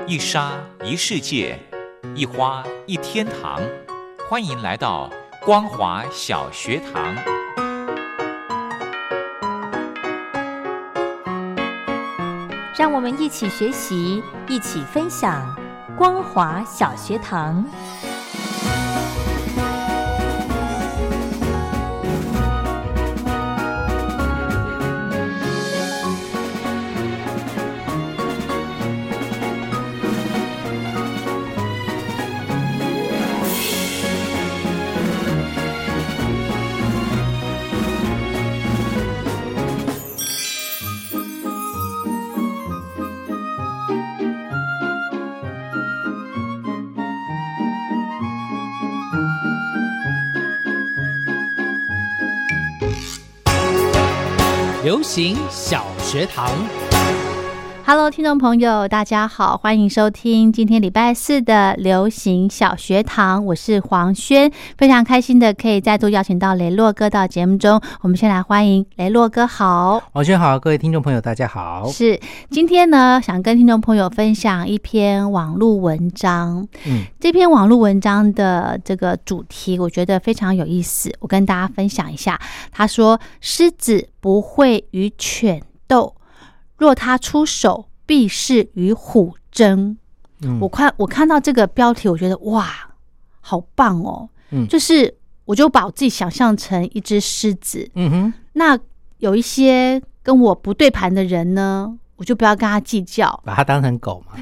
一沙一世界，一花一天堂。欢迎来到光华小学堂。 让我们一起学习，一起分享光华小学堂。 流行小学堂。 Hello， 听众朋友，大家好，欢迎收听今天礼拜四的流行小学堂，我是黄轩，非常开心的可以再度邀请到雷洛哥到节目中。我们先来欢迎雷洛哥好。 黄轩好，各位听众朋友大家好。 是，今天呢想跟听众朋友分享一篇网络文章。这篇网络文章的这个主题我觉得非常有意思，我跟大家分享一下。他说，狮子不会与犬斗，若他出手，必是与虎争。我看到这个标题，我觉得哇，好棒哦！就是我就把我自己想象成一只狮子。那有一些跟我不对盘的人呢，我就不要跟他计较， 把他当成狗嘛。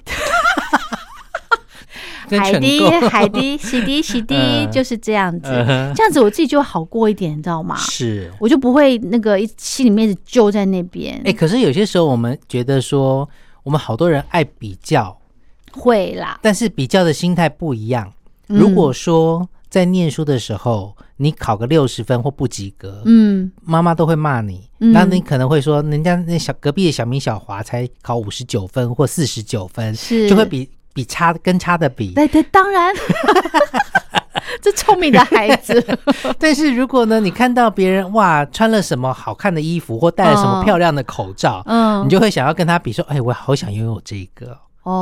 海滴洗滴就是这样子，这样子我自己就好过一点，你知道吗？是，我就不会那个心里面一直揪在那边。 可是有些时候我们觉得说，我们好多人爱比较， 会啦， 但是比较的心态不一样。如果说在念书的时候，你考个60分或不及格，妈妈都会骂你，那你可能会说，人家那隔壁的小明小华才考59分或49分，就会比差跟差的比。 对，当然这聪明的孩子。 但是如果呢，你看到别人哇穿了什么好看的衣服或戴了什么漂亮的口罩，你就会想要跟他比说，我好想拥有这个。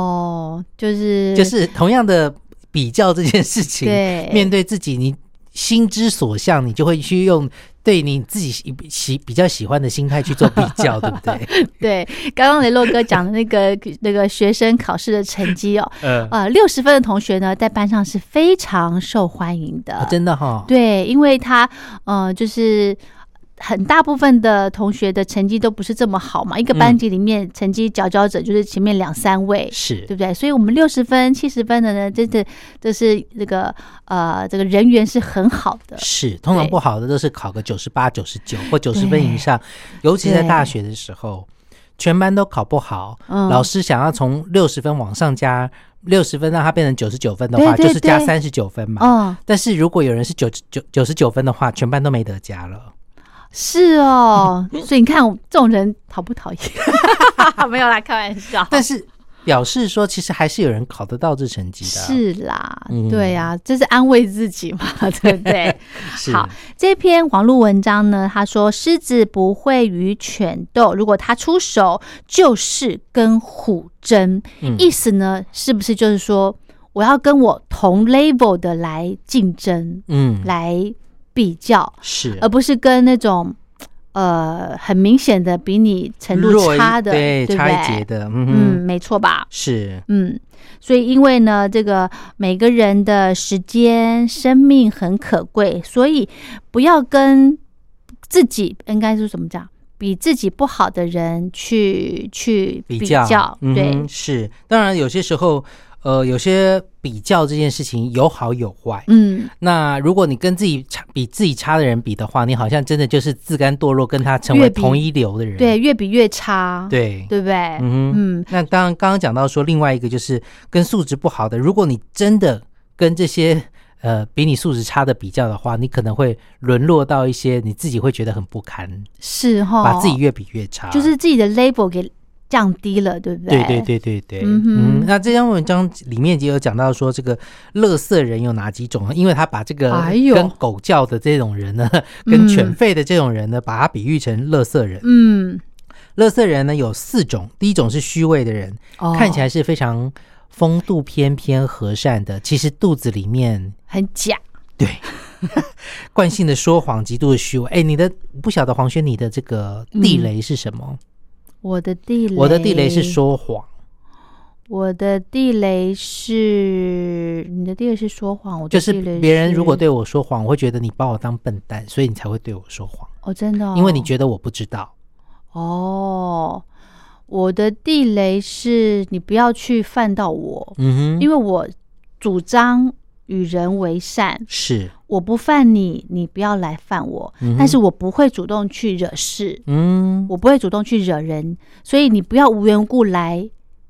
就是同样的比较这件事情，面对自己你心之所向，你就会去用对你自己比较喜欢的心态去做比较，对不对？ 对，刚刚雷洛哥讲的那个学生考试的成绩60分的同学呢，在班上是非常受欢迎的。 真的齁。 对，因为他就是很大部分的同学的成绩都不是这么好嘛，一个班级里面成绩佼佼者就是前面2-3位，是对不对？所以我们60分、70分的呢，这是这个人缘是很好的。是， 通常不好的都是考个98、99或90分以上，尤其在大学的时候，全班都考不好，老师想要从60分往上加60分，让他变成99分的话，就是加39分嘛。但是如果有人是99分的话，全班都没得加了。 是哦，所以你看这种人讨不讨厌？没有啦，开玩笑。 但是表示说，其实还是有人考得到这成绩的。 是啦，对啊，这是安慰自己嘛，对不对？好，这篇网络文章呢，他说狮子不会与犬斗，如果他出手，就是跟虎争。意思呢，是不是就是说，我要跟我同 level 的来竞争，来比较，是，而不是跟那种很明显的比你程度差的，对不对？ 差一截的， 没错吧？ 是， 所以因为呢，这个每个人的时间、生命很可贵，所以不要跟自己应该是怎么讲，比自己不好的人去比较，对， 是。当然有些时候。有些比较这件事情有好有坏。那如果你跟比自己差的人比的话，你好像真的就是自甘堕落，跟他成为同一流的人。 对，越比越差。对不对？ 那刚刚讲到说，另外一个就是跟素质不好的，如果你真的跟这些比你素质差的比较的话，你可能会沦落到一些你自己会觉得很不堪。是齁，把自己越比越差， 就是自己的 label 给降低了，对不对？ 对。那这篇文章里面也有讲到说，这个垃圾人有哪几种？因为他把这个跟狗叫的这种人呢，跟犬吠的这种人呢，把它比喻成垃圾人。垃圾人呢有4种，第一种是虚伪的人，看起来是非常风度翩翩和善的，其实肚子里面很假。 对，惯性的说谎，极度的虚伪。你的不晓得黄轩，你的这个地雷是什么？ 我的地雷是说谎。 我的地雷是，你的地雷是说谎。我的就是别人如果对我说谎，我会觉得你把我当笨蛋，所以你才会对我说谎。 哦，真的哦？ 因为你觉得我不知道。 哦，我的地雷是你不要去犯到我。因为我主张与人为善， 是我不犯你，你不要来犯我。但是我不会主动去惹事，我不会主动去惹人，所以你不要无缘无故来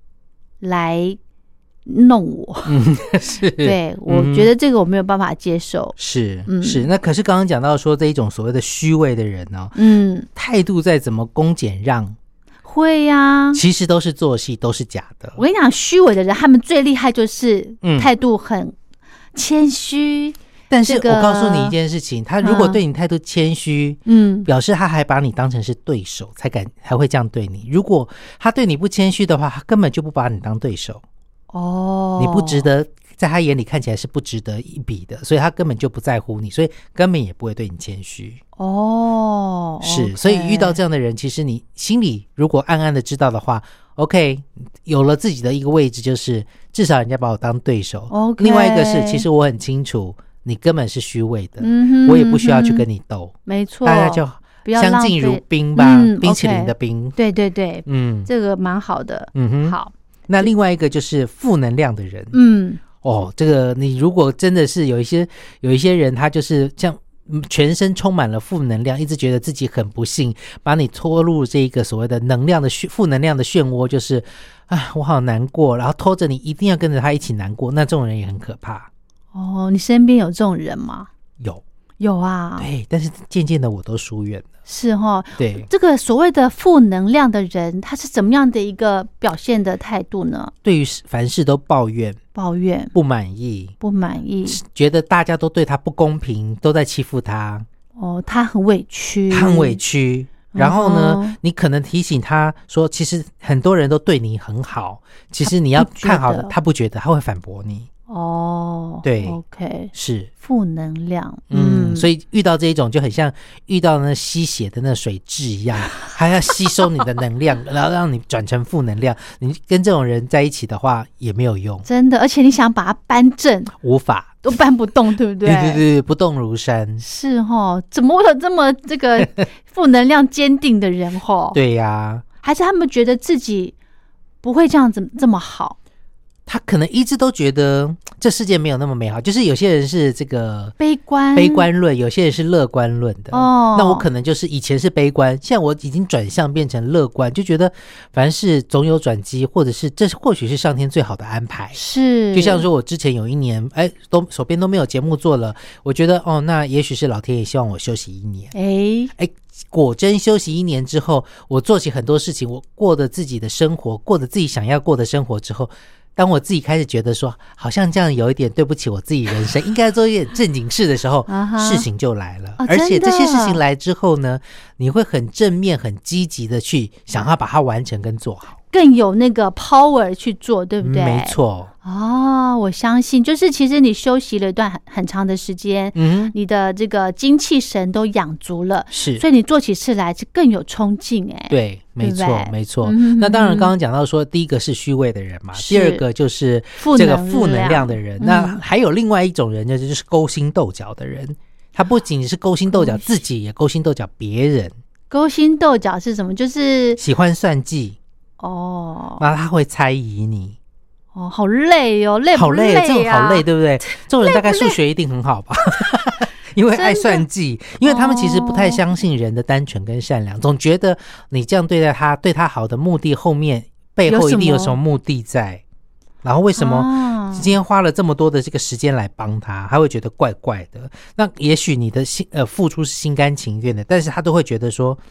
弄我。 是， 对，我觉得这个我没有办法接受。 是，那可是刚刚讲到说这一种所谓的虚伪的人呢，态度再怎么恭俭让， 会呀， 其实都是做戏，都是假的。 我跟你讲，虚伪的人他们最厉害就是态度很谦虚。 但是我告诉你一件事情，他如果对你态度谦虚，表示他还把你当成是对手，才会这样对你。如果他对你不谦虚的话，他根本就不把你当对手。你不值得，在他眼里看起来是不值得一比的，所以他根本就不在乎你，所以根本也不会对你谦虚。是，所以遇到这样的人，其实你心里如果暗暗的知道的话 ，OK， 有了自己的一个位置，就是至少人家把我当对手。另外一个是，其实我很清楚。你根本是虚伪的，我也不需要去跟你斗。 没错， 大家就相敬如宾吧，冰淇淋的冰。 对对对，这个蛮好的。好。 那另外一个就是负能量的人。这个你如果真的是有一些人，他就是像全身充满了负能量，一直觉得自己很不幸，把你拖入这个所谓的负能量的漩涡，就是我好难过，然后拖着你一定要跟着他一起难过，那这种人也很可怕。 你身边有这种人吗？有啊。 对，但是渐渐的我都疏远了。 是齁。 对， 这个所谓的负能量的人，他是怎么样的一个表现的态度呢？ 对于凡事都抱怨，不满意，觉得大家都对他不公平，都在欺负他。 他很委屈， 然后呢，你可能提醒他说，其实很多人都对你很好，其实你要看好的，他不觉得，他会反驳你。对 ，OK， 是负能量。 所以遇到这一种就很像遇到那吸血的那水蛭一样，还要吸收你的能量，然后让你转成负能量。你跟这种人在一起的话也没有用， 真的。而且你想把他搬正， 无法， 都搬不动，对不对？ 对，不动如山。 是齁，怎么会有这么这个负能量坚定的人齁？ 对呀， 还是他们觉得自己不会这样子这么好？ 他可能一直都觉得这世界没有那么美好，就是有些人是这个悲观论，有些人是乐观论的。那我可能就是以前是悲观，现在我已经转向变成乐观，就觉得凡事总有转机，或者是这或许是上天最好的安排。 是， 就像说我之前有一年手边都没有节目做了，我觉得那也许是老天爷希望我休息1年。果真休息1年之后，我做起很多事情，我过着自己的生活，过着自己想要过的生活之后，当我自己开始觉得说好像这样有一点对不起我自己人生，应该做一点正经事的时候事情就来了。而且这些事情来之后呢，你会很正面很积极的去想要把它完成跟做好， 更有那个 power 去做，对不对？ 没错。 我相信就是其实你休息了一段很长的时间，你的这个精气神都养足了， 是， 所以你做起事来是更有冲劲。 对，没错。那当然刚刚讲到说第一个是虚伪的人嘛，第二个就是这个负能量的人。那还有另外一种人呢，就是勾心斗角的人。他不仅是勾心斗角自己，也勾心斗角别人。勾心斗角是什么？就是喜欢算计。然后他会猜疑你。 好累哦，累不累这种好累，对不对？这种人大概数学一定很好吧？因为爱算计，因为他们其实不太相信人的单纯跟善良，总觉得你这样对待他，对他好的目的背后一定有什么目的在，然后为什么今天花了这么多的这个时间来帮他会觉得怪怪的。那也许你的付出是心甘情愿的，但是他都会觉得说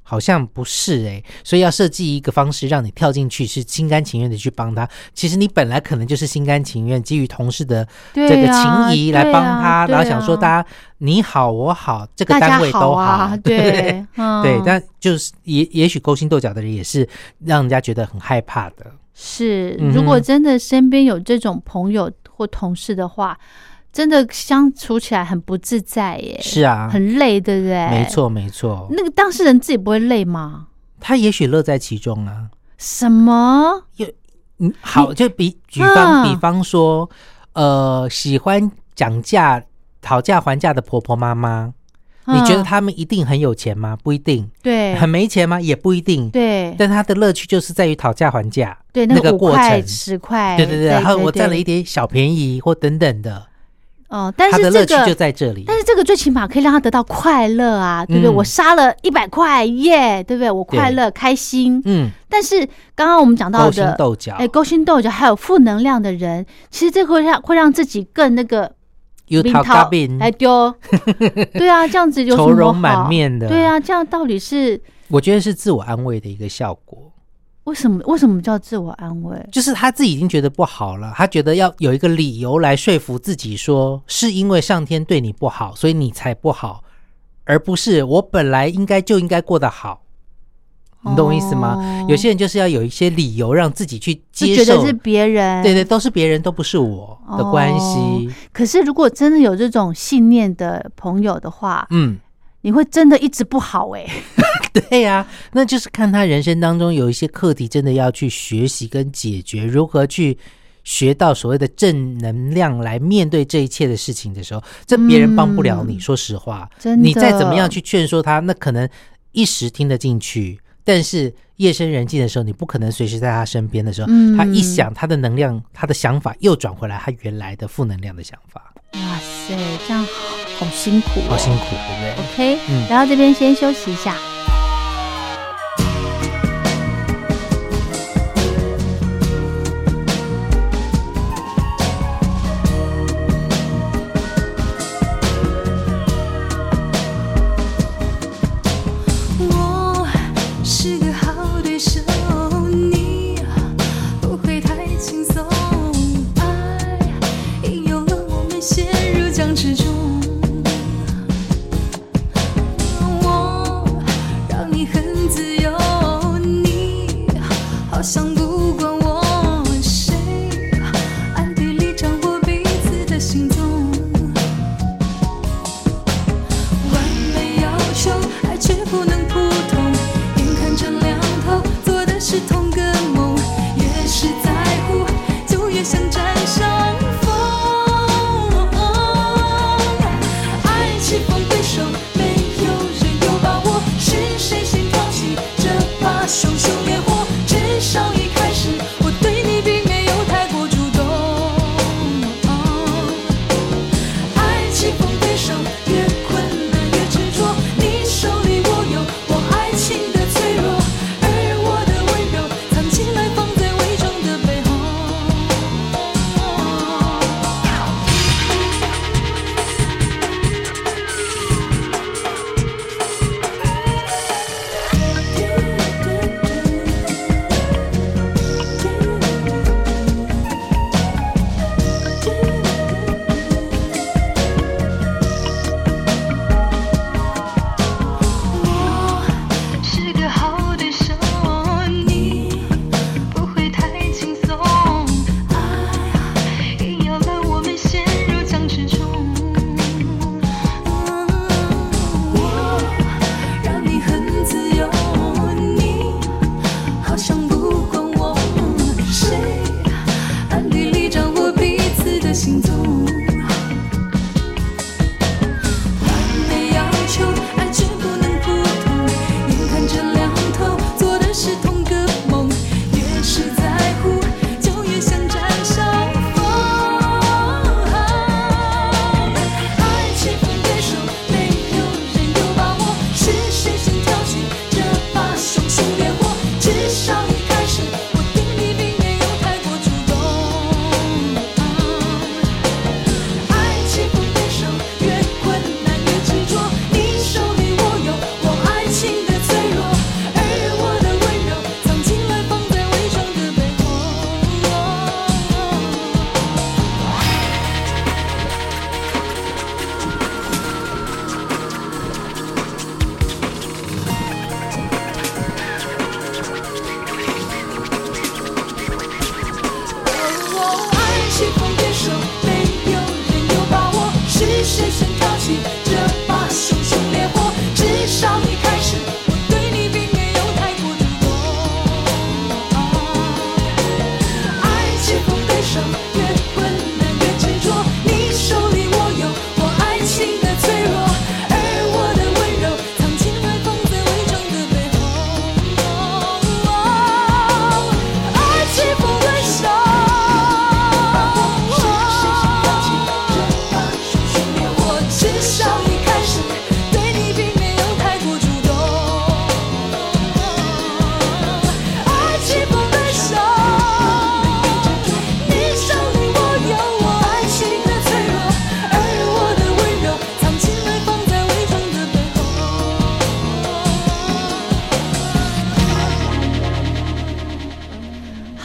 好像不是所以要设计一个方式让你跳进去，是心甘情愿的去帮他。其实你本来可能就是心甘情愿，基于同事的这个情谊来帮他，然后想说大家你好我好，这个单位都好，对、对，但就是也许勾心斗角的人也是让人家觉得很害怕的。是， 如果真的身边有这种朋友或同事的话，真的相处起来很不自在耶。是啊，很累，对不对？ 没错没错。 那个当事人自己不会累吗？ 他也许乐在其中啊。 什么？ 好，就比方说喜欢讲价讨价还价的婆婆妈妈，你觉得他们一定很有钱吗？不一定。对。很没钱吗？也不一定。对。但他的乐趣就是在于讨价还价，对，那个过程，5块10块，对对对，然后我占了一点小便宜或等等的。 但是他的乐趣就在这里。 但是这个最起码可以让他得到快乐啊，对不对？我杀了100块耶，对不对？我快乐开心。但是刚刚我们讲到的勾心斗角，勾心斗角还有负能量的人，其实这个会让自己更那个有讨嘎病来丢。对啊，这样子有什么好？ 愁容满面的。 对啊，这样到底是？ 我觉得是自我安慰的一个效果。 为什么叫自我安慰？ 就是他自己已经觉得不好了，他觉得要有一个理由来说服自己说，是因为上天对你不好，所以你才不好，而不是我本来应该过得好。你懂我意思吗？有些人就是要有一些理由让自己去接受， 觉得是别人， 对对，都是别人，都不是我的关系。 可是如果真的有这种信念的朋友的话，你会真的一直不好对呀，那就是看他人生当中有一些课题真的要去学习跟解决，如何去学到所谓的正能量来面对这一切的事情的时候，这别人帮不了你。说实话，你再怎么样去劝说他，那可能一时听得进去，但是夜深人静的时候，你不可能随时在他身边的时候，他一想他的能量，他的想法又转回来他原来的负能量的想法。 哇塞，这样好辛苦好辛苦，对不对？ OK，然后这边先休息一下。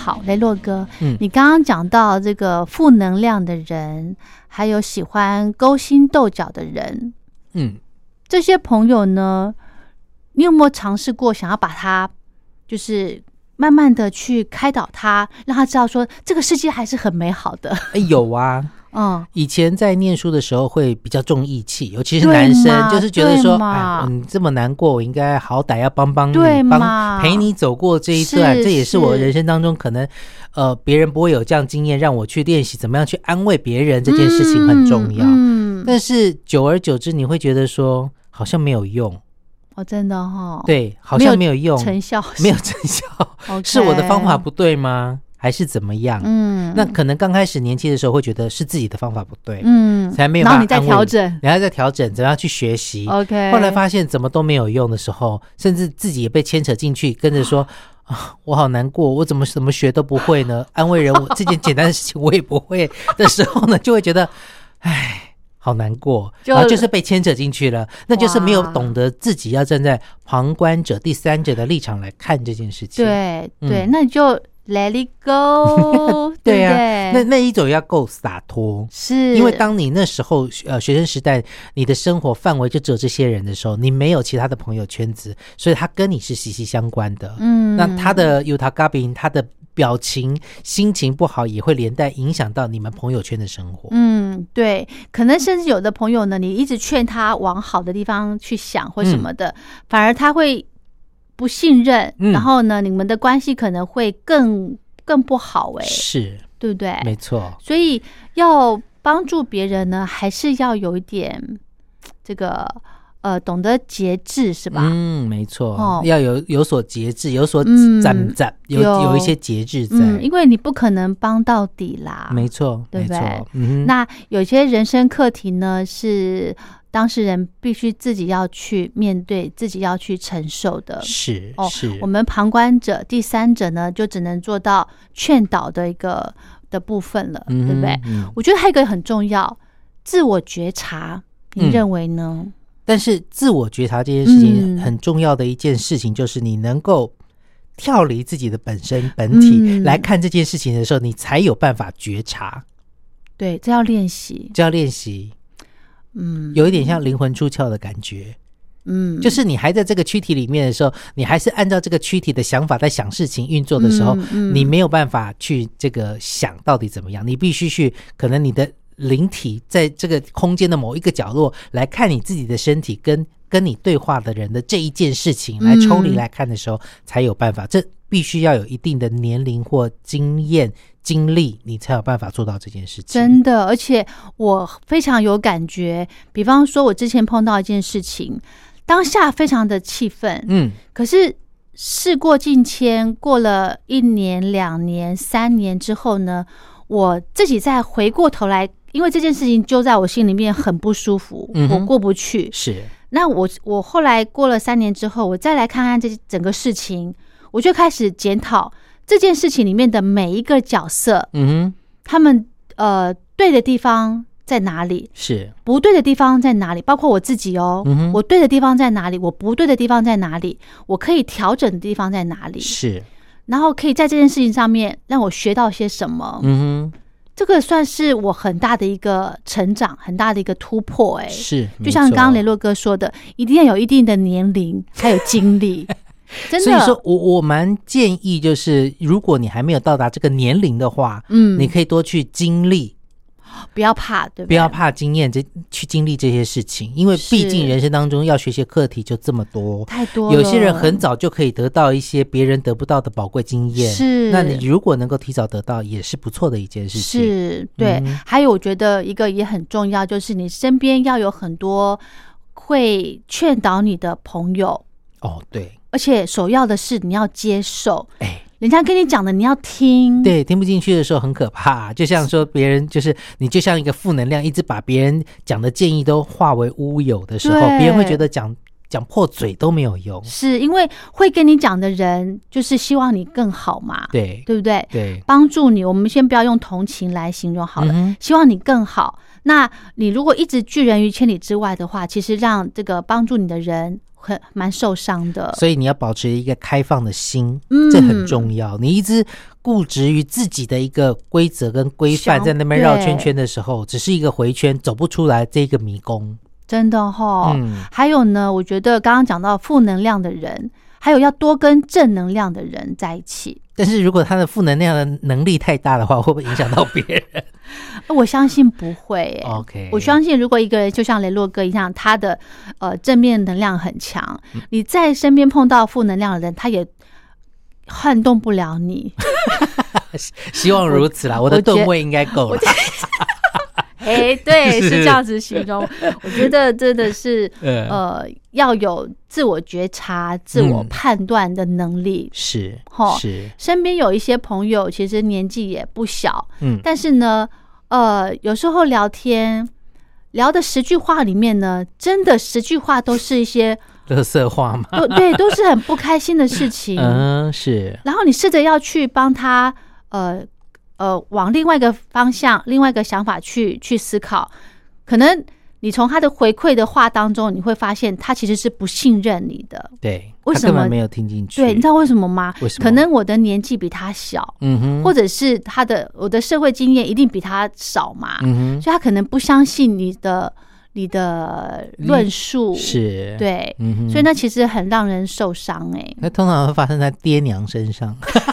好，雷洛哥，你刚刚讲到这个负能量的人，还有喜欢勾心斗角的人，这些朋友呢，你有没有尝试过想要把他就是慢慢的去开导他，让他知道说这个世界还是很美好的？ 有啊。以前在念书的时候会比较重义气，尤其是男生，就是觉得说，哎，你这么难过，我应该好歹要帮帮你，陪你走过这一段。这也是我人生当中可能，别人不会有这样经验，让我去练习怎么样去安慰别人，这件事情很重要。但是久而久之，你会觉得说，好像没有用。 真的哦。对， 好像没有用， 成效没有成效，是我的方法不对吗？还是怎么样？那可能刚开始年轻的时候会觉得是自己的方法不对，才没有办法安慰，然后你再调整，然后再调整，怎么样去学习。 OK， 后来发现怎么都没有用的时候，甚至自己也被牵扯进去，跟着说我好难过，我怎么学都不会呢？安慰人，我这件简单的事情我也不会的时候呢，就会觉得，哎，好难过，然后就是被牵扯进去了，那就是没有懂得自己要站在旁观者、第三者的立场来看这件事情。 对，那你就Let it go 对啊， 那一种要够洒脱， 是因为当你那时候学生时代，你的生活范围就只有这些人的时候，你没有其他的朋友圈子，所以他跟你是息息相关的。那他的Yutagabin，他的表情心情不好也会连带影响到你们朋友圈的生活。 对，可能甚至有的朋友呢，你一直劝他往好的地方去想或什么的，反而他会不信任，然后呢，你们的关系可能会更不好。 是， 对不对？没错。 所以要帮助别人呢，还是要有一点这个懂得节制，是吧？ 没错，要有所节制，有所攒，有一些节制在。 因为你不可能帮到底啦。 没错， 对不对？那有些人生课题呢，是当事人必须自己要去面对，自己要去承受的。 是。 我们旁观者、第三者呢，就只能做到劝导的一个的部分了，对不对？我觉得还有一个很重要，自我觉察，你认为呢？ 但是自我觉察这件事情很重要的一件事情，就是你能够跳离自己的本体来看这件事情的时候，你才有办法觉察。 对，这要练习， 有一点像灵魂出窍的感觉。就是你还在这个躯体里面的时候，你还是按照这个躯体的想法在想事情运作的时候，你没有办法去这个想到底怎么样，你必须去可能你的灵体在这个空间的某一个角落来看你自己的身体跟你对话的人的这一件事情来抽离来看的时候，才有办法。这必须要有一定的年龄或经验经历，你才有办法做到这件事情。 真的，而且我非常有感觉，比方说我之前碰到一件事情，当下非常的气愤，可是事过境迁，过了1年、2年、3年之后呢，我自己再回过头来，因为这件事情就在我心里面很不舒服，我过不去。 是， 那我后来过了3年之后，我再来看看这整个事情，我就开始检讨这件事情里面的每一个角色，他们对的地方在哪里， 是不对的地方在哪里，包括我自己我对的地方在哪里，我不对的地方在哪里，我可以调整的地方在哪里， 是， 然后可以在这件事情上面让我学到些什么。这个算是我很大的一个成长，很大的一个突破。 是， 就像刚刚雷洛哥说的，一定要有一定的年龄还有经历。真的， 所以说我蛮建议，就是如果你还没有到达这个年龄的话，你可以多去经历， 不要怕，对不对？ 不要怕经验，去经历这些事情，因为毕竟人生当中要学习课题就这么多， 太多了。 有些人很早就可以得到一些别人得不到的宝贵经验， 是。 那你如果能够提早得到，也是不错的一件事情。 是，对。还有，我觉得一个也很重要，就是你身边要有很多会劝导你的朋友。 对。 而且首要的是你要接受，人家跟你讲的你要听。 对，听不进去的时候很可怕，就像说别人就是你就像一个负能量，一直把别人讲的建议都化为乌有的时候，别人会觉得讲破嘴都没有用。 是因为会跟你讲的人就是希望你更好嘛，对不对？ 对， 帮助你，我们先不要用同情来形容好了，希望你更好。那你如果一直拒人于千里之外的话，其实让这个帮助你的人蛮受伤的。 所以你要保持一个开放的心，这很重要。你一直固执于自己的一个规则跟规范，在那边绕圈圈的时候，只是一个回圈，走不出来这个迷宫。 真的还有呢，我觉得刚刚讲到负能量的人，还有要多跟正能量的人在一起。 但是如果他的负能量的能力太大的话，会不会影响到别人？ 我相信不会 OK， 我相信如果一个人就像雷洛哥一样，他的正面能量很强，你在身边碰到负能量的人，他也撼动不了你。 希望如此啦，我的吨位应该够了。 对，是这样子形容。我觉得真的是要有自我觉察、自我判断的能力。是，身边有一些朋友其实年纪也不小，但是呢，有时候聊天聊的10句话里面呢，真的10句话都是一些垃圾话吗？ 对，都是很不开心的事情。 是。然后你试着要去帮他往另外一个方向、另外一个想法去思考，可能你从他的回馈的话当中，你会发现他其实是不信任你的。 对， 为什么？ 他根本没有听进去。 对，你知道为什么吗？ 为什么？ 可能我的年纪比他小，或者是我的社会经验一定比他少嘛，所以他可能不相信你的论述。是，对，所以那其实很让人受伤。 那通常会发生在爹娘身上。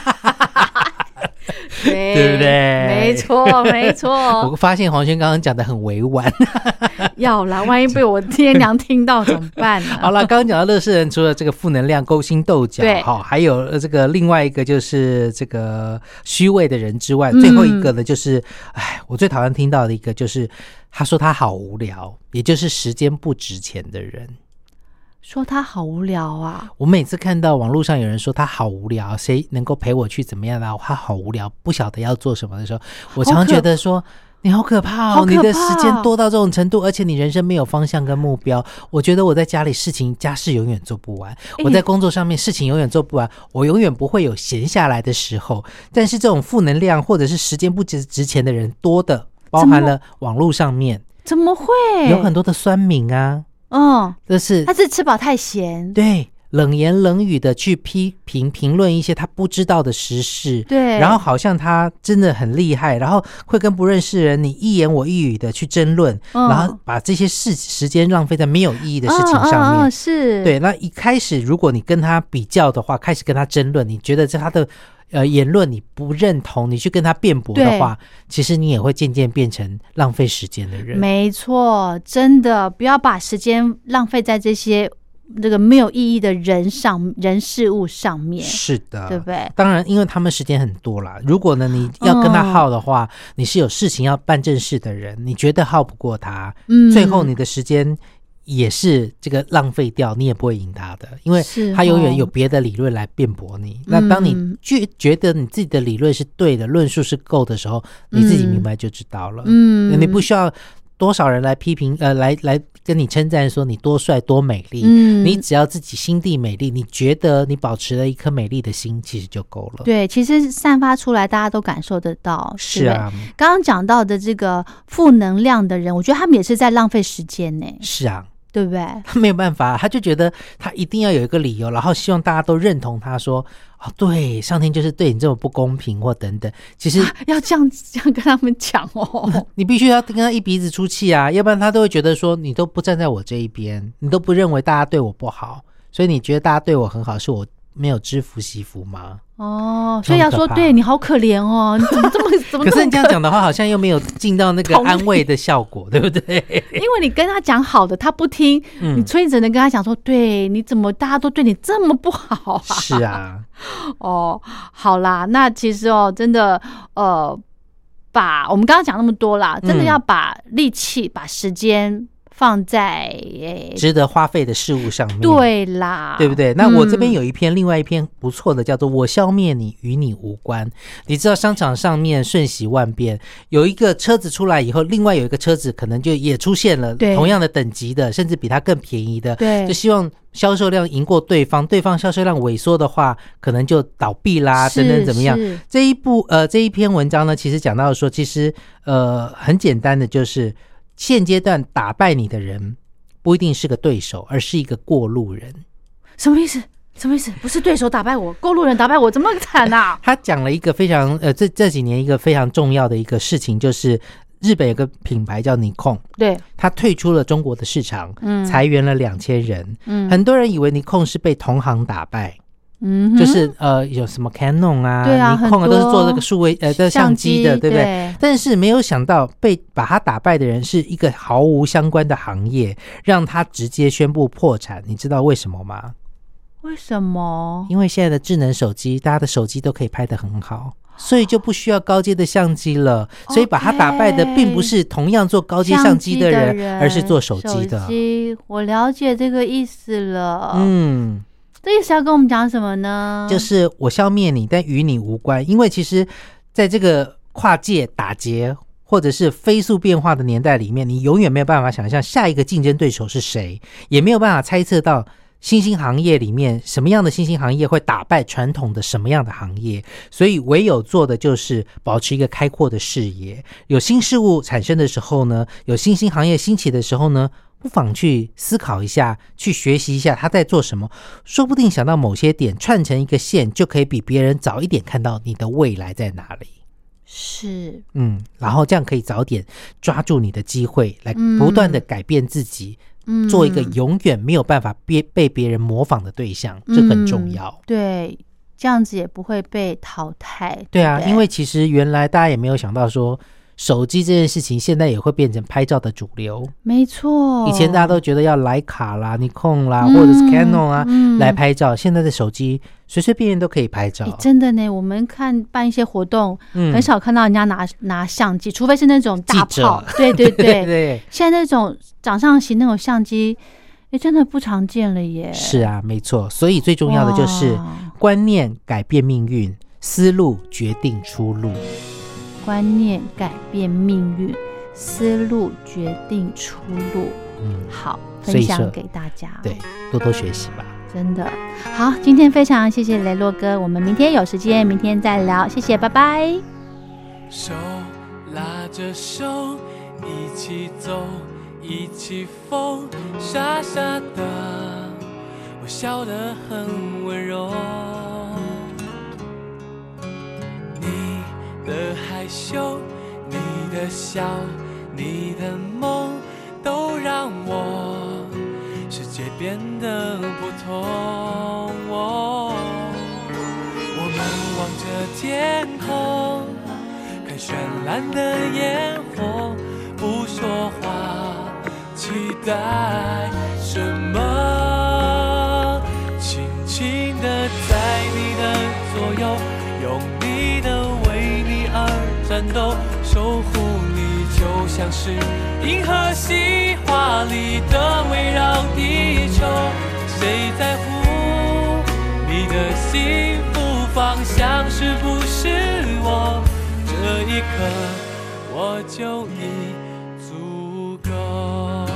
对不对？没错。 我发现黄轩刚刚讲的很委婉。 要啦，万一被我爹娘听到怎么办呢？ 好了，刚刚讲到乐事人，除了这个负能量、勾心斗角，还有这个另外一个就是这个虚伪的人之外，最后一个呢，就是我最讨厌听到的一个就是他说他好无聊，也就是时间不值钱的人。 说他好无聊啊！ 我每次看到网络上有人说他好无聊，谁能够陪我去怎么样他好无聊，不晓得要做什么的时候，我常觉得说你好可怕你的时间多到这种程度，而且你人生没有方向跟目标。我觉得我在家里家事永远做不完，我在工作上面事情永远做不完，我永远不会有闲下来的时候。但是这种负能量或者是时间不值钱的人多的，包含了网络上面怎么会有很多的酸民啊？他是吃饱太闲， 对，冷言冷语的去评论一些他不知道的时事， 对， 然后好像他真的很厉害，然后会跟不认识人你一言我一语的去争论，然后把这些时间浪费在没有意义的事情上面。 是， 对，那一开始如果你跟他比较的话，开始跟他争论，你觉得这他的言论你不认同，你去跟他辩驳的话，其实你也会渐渐变成浪费时间的人。 没错，真的不要把时间浪费在这个没有意义的人事物上面。是的，对不对？ 当然因为他们时间很多啦，如果呢你要跟他耗的话，你是有事情要办正事的人，你觉得耗不过他，最后你的时间也是这个浪费掉，你也不会赢他的，因为他永远有别的理论来辩驳你。那当你觉得你自己的理论是对的，论述是够的时候，你自己明白就知道了。你不需要多少人来批评，来跟你称赞说你多帅多美丽，你只要自己心地美丽，你觉得你保持了一颗美丽的心，其实就够了。 对，其实散发出来大家都感受得到。 是啊， 刚刚讲到的这个负能量的人，我觉得他们也是在浪费时间呢。 是啊， 对不对？ 他没有办法，他就觉得他一定要有一个理由，然后希望大家都认同他说对，上天就是对你这么不公平或等等。其实要这样跟他们讲你必须要跟他一鼻子出气啊，要不然他都会觉得说你都不站在我这一边，你都不认为大家对我不好，所以你觉得大家对我很好，是我没有知福惜福吗？ 所以要说对你好可怜你怎么这么可是你这样讲的话，好像又没有尽到那个安慰的效果，对不对？ 因为你跟他讲好的，他不听，所以只能跟他讲说，对，你怎么大家都对你这么不好啊？ 是啊， 好啦，那其实真的把我们刚刚讲那么多啦，真的要把力气、把时间放在值得花费的事物上面。 对啦， 对不对？那我这边有另外一篇不错的，叫做我消灭你与你无关。你知道商场上面瞬息万变，有一个车子出来以后，另外有一个车子可能就也出现了同样的等级的，甚至比它更便宜的，就希望销售量赢过对方，对方销售量萎缩的话，可能就倒闭啦，等等怎么样？这一篇文章呢，其实讲到说，其实很简单的，就是现阶段打败你的人不一定是个对手，而是一个过路人。 什么意思？什么意思？不是对手打败我，过路人打败我，怎么惨啊？ 他讲了一个非常这几年一个非常重要的一个事情，就是日本有个品牌叫Nikon， 对， 他退出了中国的市场，裁员了2000人。很多人以为Nikon是被同行打败。就是有什么 Canon 啊， 对啊 Nikon 都是做这个数位的相机的，对不对？但是没有想到把他打败的人是一个毫无相关的行业，让他直接宣布破产。你知道为什么吗？ 为什么？ 因为现在的智能手机，大家的手机都可以拍得很好，所以就不需要高阶的相机了。所以把他打败的并不是同样做高阶相机的人，而是做手机的。 我了解这个意思了。这意思要跟我们讲什么呢？ 就是我消灭你，但与你无关。因为其实在这个跨界打劫或者是飞速变化的年代里面，你永远没有办法想象下一个竞争对手是谁，也没有办法猜测到新兴行业里面什么样的新兴行业会打败传统的什么样的行业。所以唯有做的就是保持一个开阔的视野，有新事物产生的时候呢，有新兴行业兴起的时候呢，不妨去思考一下，去学习一下他在做什么，说不定想到某些点串成一个线，就可以比别人早一点看到你的未来在哪里。 是， 然后这样可以早点抓住你的机会，来不断的改变自己，做一个永远没有办法被别人模仿的对象，这很重要。 对，这样子也不会被淘汰。 对啊， 对， 因为其实原来大家也没有想到说手机这件事情现在也会变成拍照的主流。 没错， 以前大家都觉得要徕卡啦、Nikon 啦，或者是 Canon 啊，来拍照，现在的手机随随便便都可以拍照。 真的呢，我们办一些活动，很少看到人家拿相机，除非是那种大炮。对对对对， 现在那种掌上型那种相机真的不常见了耶。 是啊，没错。所以最重要的就是观念改变命运，思路决定出路。 观念改变命运，思路决定出路。好，分享给大家。 对，多多学习吧。 真的好，今天非常谢谢雷洛哥，我们明天有时间明天再聊，谢谢，拜拜。 手拉着手一起走，一起疯，傻傻的我笑得很温柔，你的害羞，你的笑，你的梦，都让我世界变得不同。我们望着天空，看绚烂的烟火，不说话，期待什么？轻轻地在你的左右，用力的为你而战斗，守护你就像是银河系华丽的围绕地球。谁在乎你的幸福方向是不是我？这一刻我就已足够。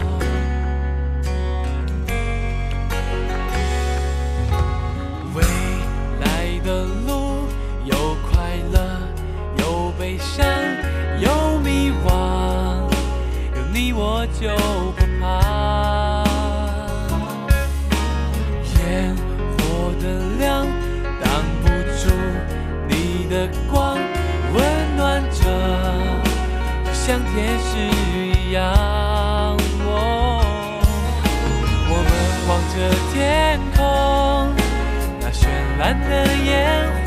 未来的路有快乐，有悲伤，有迷惘，有你我就不怕。烟火的亮挡不住你的光，温暖着就像天使一样。我们望着天空，那绚烂的烟火